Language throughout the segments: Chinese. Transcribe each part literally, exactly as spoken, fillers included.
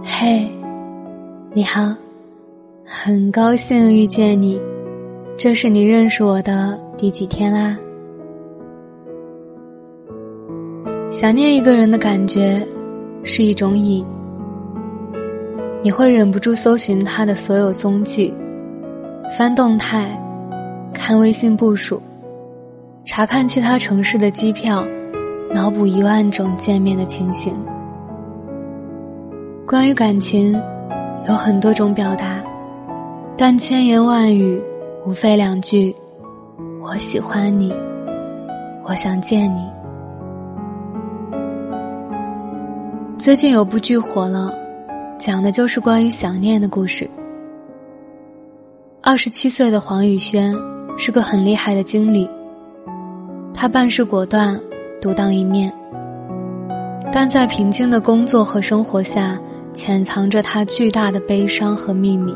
嘿，你好，很高兴遇见你，这是你认识我的第几天啦？想念一个人的感觉是一种瘾，你会忍不住搜寻他的所有踪迹，翻动态，看微信步数，查看去他城市的机票，脑补一万种见面的情形。关于感情有很多种表达，但千言万语无非两句：我喜欢你，我想见你。最近有部剧火了，讲的就是关于想念的故事。二十七岁的黄宇轩是个很厉害的经理，他办事果断，独当一面，但在平静的工作和生活下潜藏着他巨大的悲伤和秘密。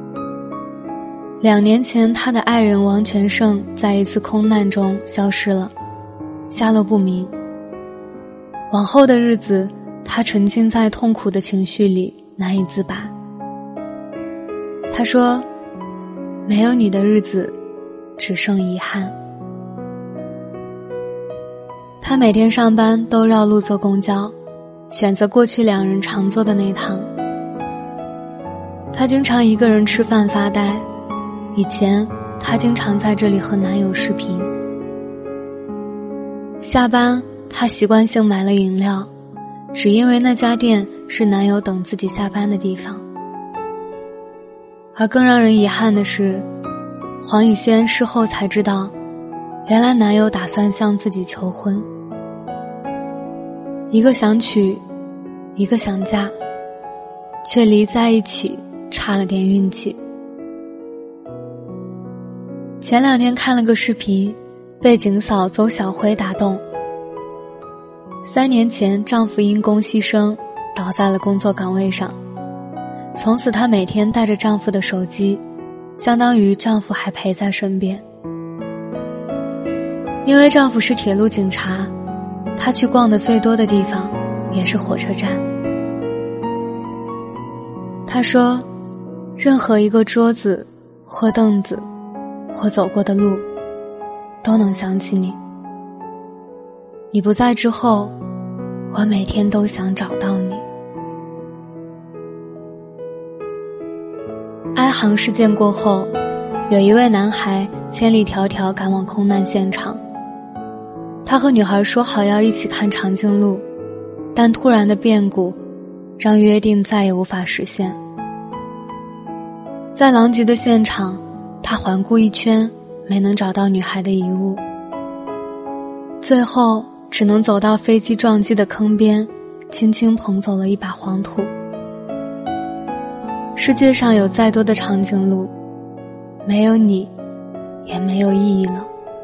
两年前，他的爱人王全胜在一次空难中消失了，下落不明。往后的日子，他沉浸在痛苦的情绪里，难以自拔。他说，没有你的日子只剩遗憾。他每天上班都绕路坐公交，选择过去两人常坐的那趟。他经常一个人吃饭发呆，以前他经常在这里和男友视频。下班他习惯性买了饮料，只因为那家店是男友等自己下班的地方。而更让人遗憾的是，黄宇轩事后才知道，原来男友打算向自己求婚。一个想娶，一个想嫁，却离在一起差了点运气。前两天看了个视频，被警嫂邹小辉打动。三年前，丈夫因公牺牲，倒在了工作岗位上。从此她每天带着丈夫的手机，相当于丈夫还陪在身边。因为丈夫是铁路警察，她去逛的最多的地方也是火车站。她说，任何一个桌子或凳子或走过的路，都能想起你。你不在之后，我每天都想找到你。哀航事件过后，有一位男孩千里迢迢赶往空难现场。他和女孩说好要一起看长颈鹿，但突然的变故让约定再也无法实现。在狼藉的现场，他环顾一圈，没能找到女孩的遗物。最后只能走到飞机撞击的坑边，轻轻捧走了一把黄土。世界上有再多的长颈鹿，没有你，也没有意义了。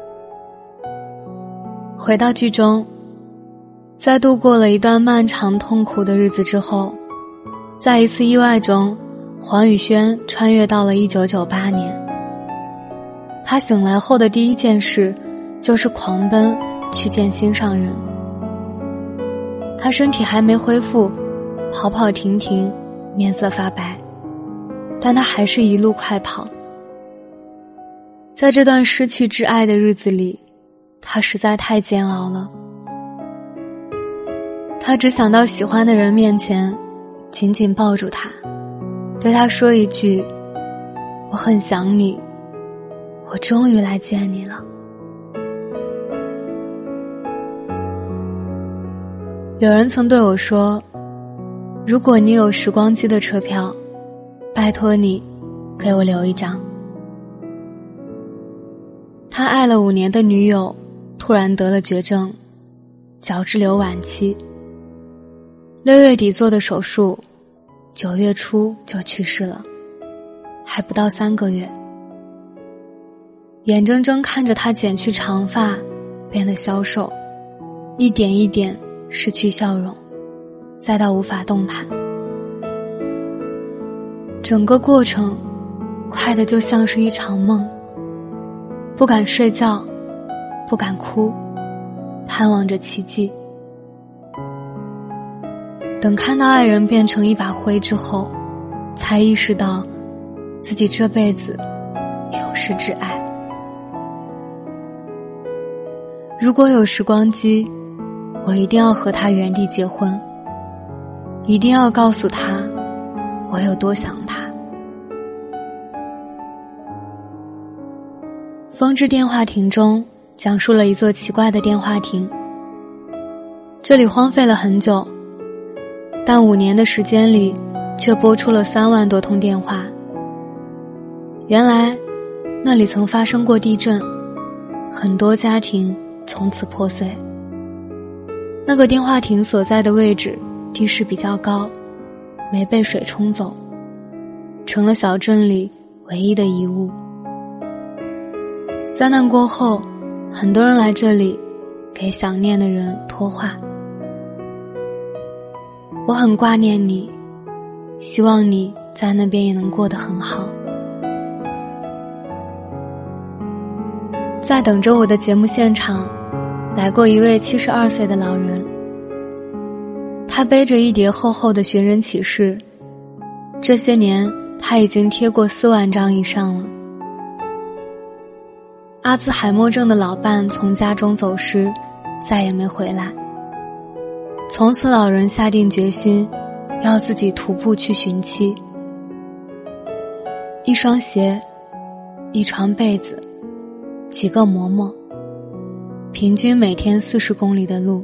回到剧中，在度过了一段漫长痛苦的日子之后，在一次意外中，黄宇轩穿越到了一九九八年。他醒来后的第一件事就是狂奔去见心上人。他身体还没恢复，跑跑停停，面色发白，但他还是一路快跑。在这段失去挚爱的日子里，他实在太煎熬了。他只想到喜欢的人面前，紧紧抱住他，对他说一句，我很想你，我终于来见你了。有人曾对我说，如果你有时光机的车票，拜托你给我留一张。他爱了五年的女友突然得了绝症，角质瘤晚期，六月底做的手术，九月初就去世了，还不到三个月。眼睁睁看着他剪去长发，变得消瘦，一点一点失去笑容，再到无法动弹。整个过程快得就像是一场梦，不敢睡觉，不敢哭，盼望着奇迹。 等看到爱人变成一把灰之后，才意识到自己这辈子有失挚爱。如果有时光机，我一定要和他原地结婚，一定要告诉他我有多想他。风之电话亭中讲述了一座奇怪的电话亭，这里荒废了很久，但五年的时间里却拨出了三万多通电话。原来那里曾发生过地震，很多家庭从此破碎。那个电话亭所在的位置地势比较高，没被水冲走，成了小镇里唯一的遗物。灾难过后，很多人来这里给想念的人托话。我很挂念你，希望你在那边也能过得很好。在等着我的节目现场，来过一位七十二岁的老人，他背着一叠厚厚的寻人启事，这些年他已经贴过四万张以上了。阿兹海默症的老伴从家中走失，再也没回来。从此老人下定决心要自己徒步去寻妻。一双鞋，一床被子，几个馍馍，平均每天四十公里的路，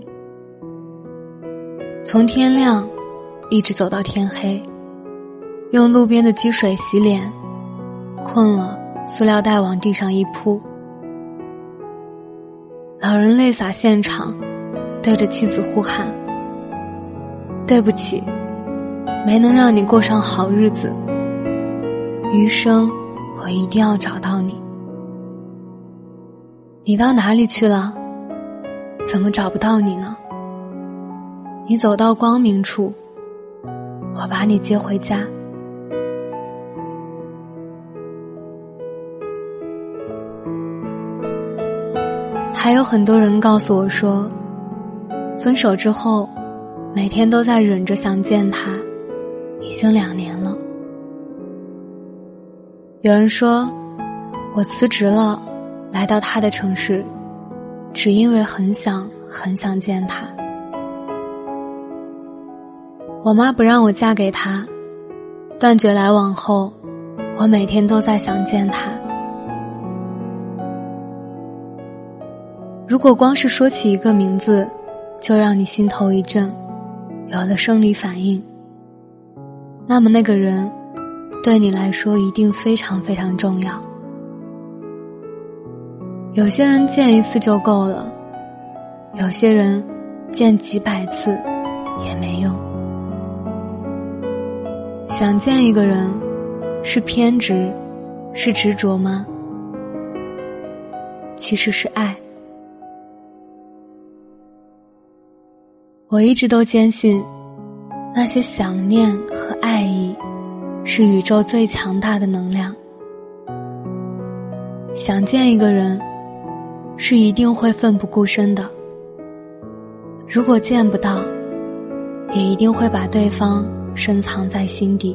从天亮一直走到天黑，用路边的积水洗脸，困了塑料袋往地上一铺。老人泪洒现场，对着妻子呼喊：对不起，没能让你过上好日子，余生我一定要找到你。你到哪里去了？怎么找不到你呢？你走到光明处，我把你接回家。还有很多人告诉我说，分手之后每天都在忍着想见他，已经两年了。有人说，我辞职了，来到他的城市，只因为很想很想见他。我妈不让我嫁给他，断绝来往后，我每天都在想见他。如果光是说起一个名字就让你心头一震，有了生理反应，那么那个人对你来说一定非常非常重要。有些人见一次就够了，有些人见几百次也没用。想见一个人，是偏执，是执着吗？其实是爱。我一直都坚信，那些想念和爱意是宇宙最强大的能量。想见一个人，是一定会奋不顾身的。如果见不到，也一定会把对方深藏在心底。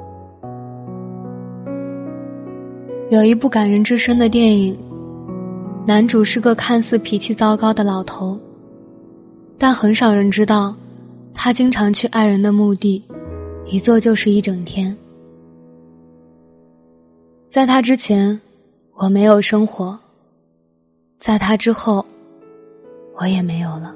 有一部感人至深的电影，男主是个看似脾气糟糕的老头，但很少人知道，他经常去爱人的墓地，一坐就是一整天。在他之前，我没有生活；在他之后，我也没有了。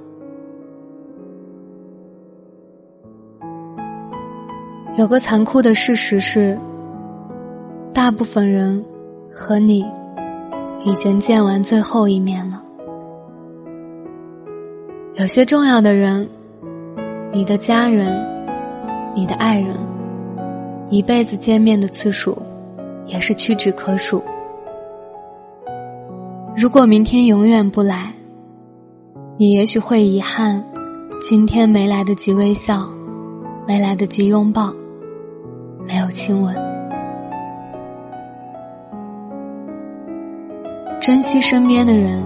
有个残酷的事实是，大部分人和你已经见完最后一面了。有些重要的人，你的家人，你的爱人，一辈子见面的次数也是屈指可数。如果明天永远不来，你也许会遗憾今天没来得及微笑，没来得及拥抱，没有亲吻。珍惜身边的人，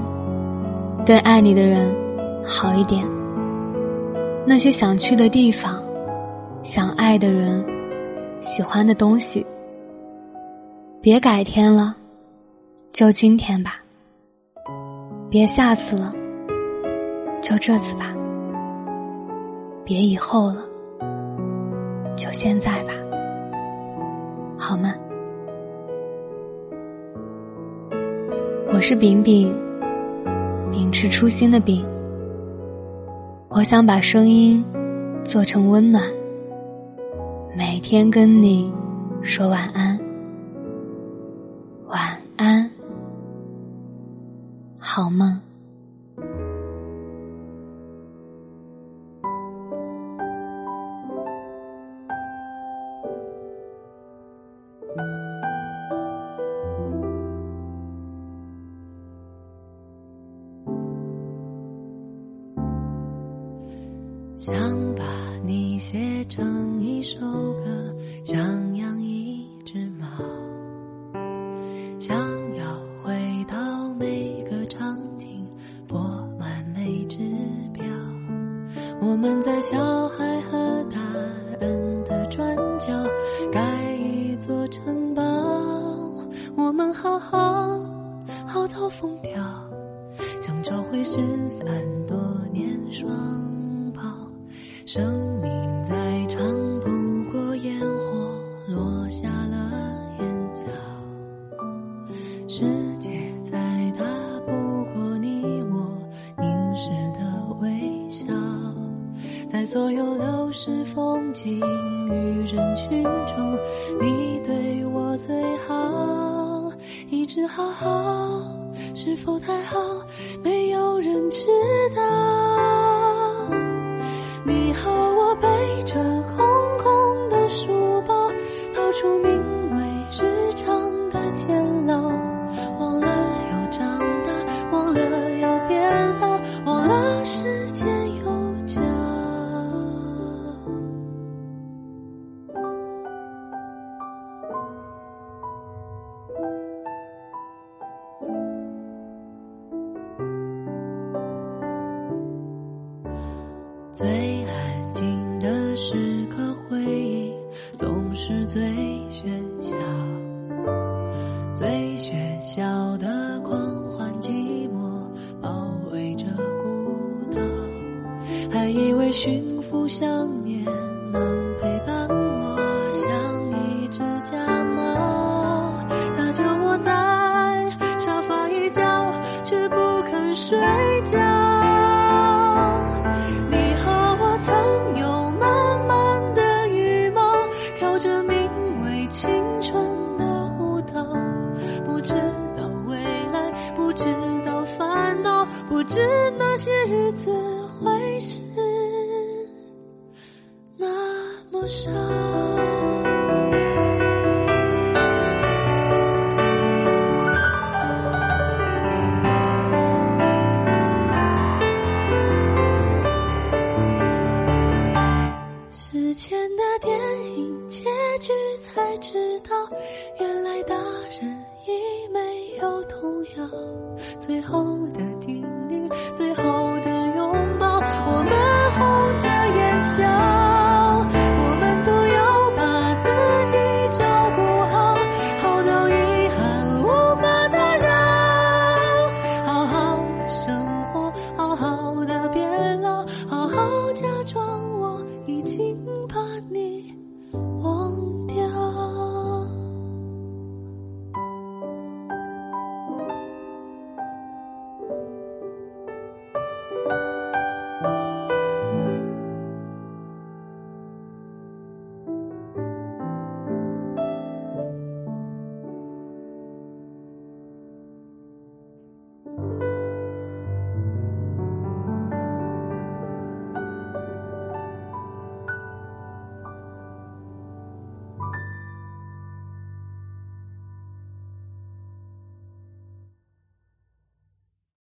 对爱你的人好一点。那些想去的地方想爱的人，喜欢的东西。别改天了，就今天吧。别下次了，就这次吧。别以后了，就现在吧，好吗？我是饼饼，秉持初心的饼。我想把声音做成温暖，每天跟你说晚安。晚安，好梦。 想把你写成一首歌，想养一只猫，想要回到每个场景，播完每只表。我们在小孩和大人的转角盖一座城堡，我们好好好到疯掉，想找回失散多年双胞。生命再长不过烟火落下了眼角，世界再大不过你我凝视的微笑，在所有流逝风景与人群中，你对我最好，一直好好，是否太好，没有人知道。你和我背着空空的书包，逃出名为日常的监牢，忘了要长大，忘了要变老，忘了时间有脚。最安静的时刻，回忆总是最喧嚣，最喧嚣的狂欢寂寞包围着孤岛，还以为驯服想念能陪伴我像一只家猫，它就窝在沙发一角，却不肯睡觉。曾有满满的羽毛，跳着名为青春的舞蹈，不知道未来，不知道烦恼，不知那些日子会是那么少。之前的电影结局才知道，原来大人已没有童谣，最后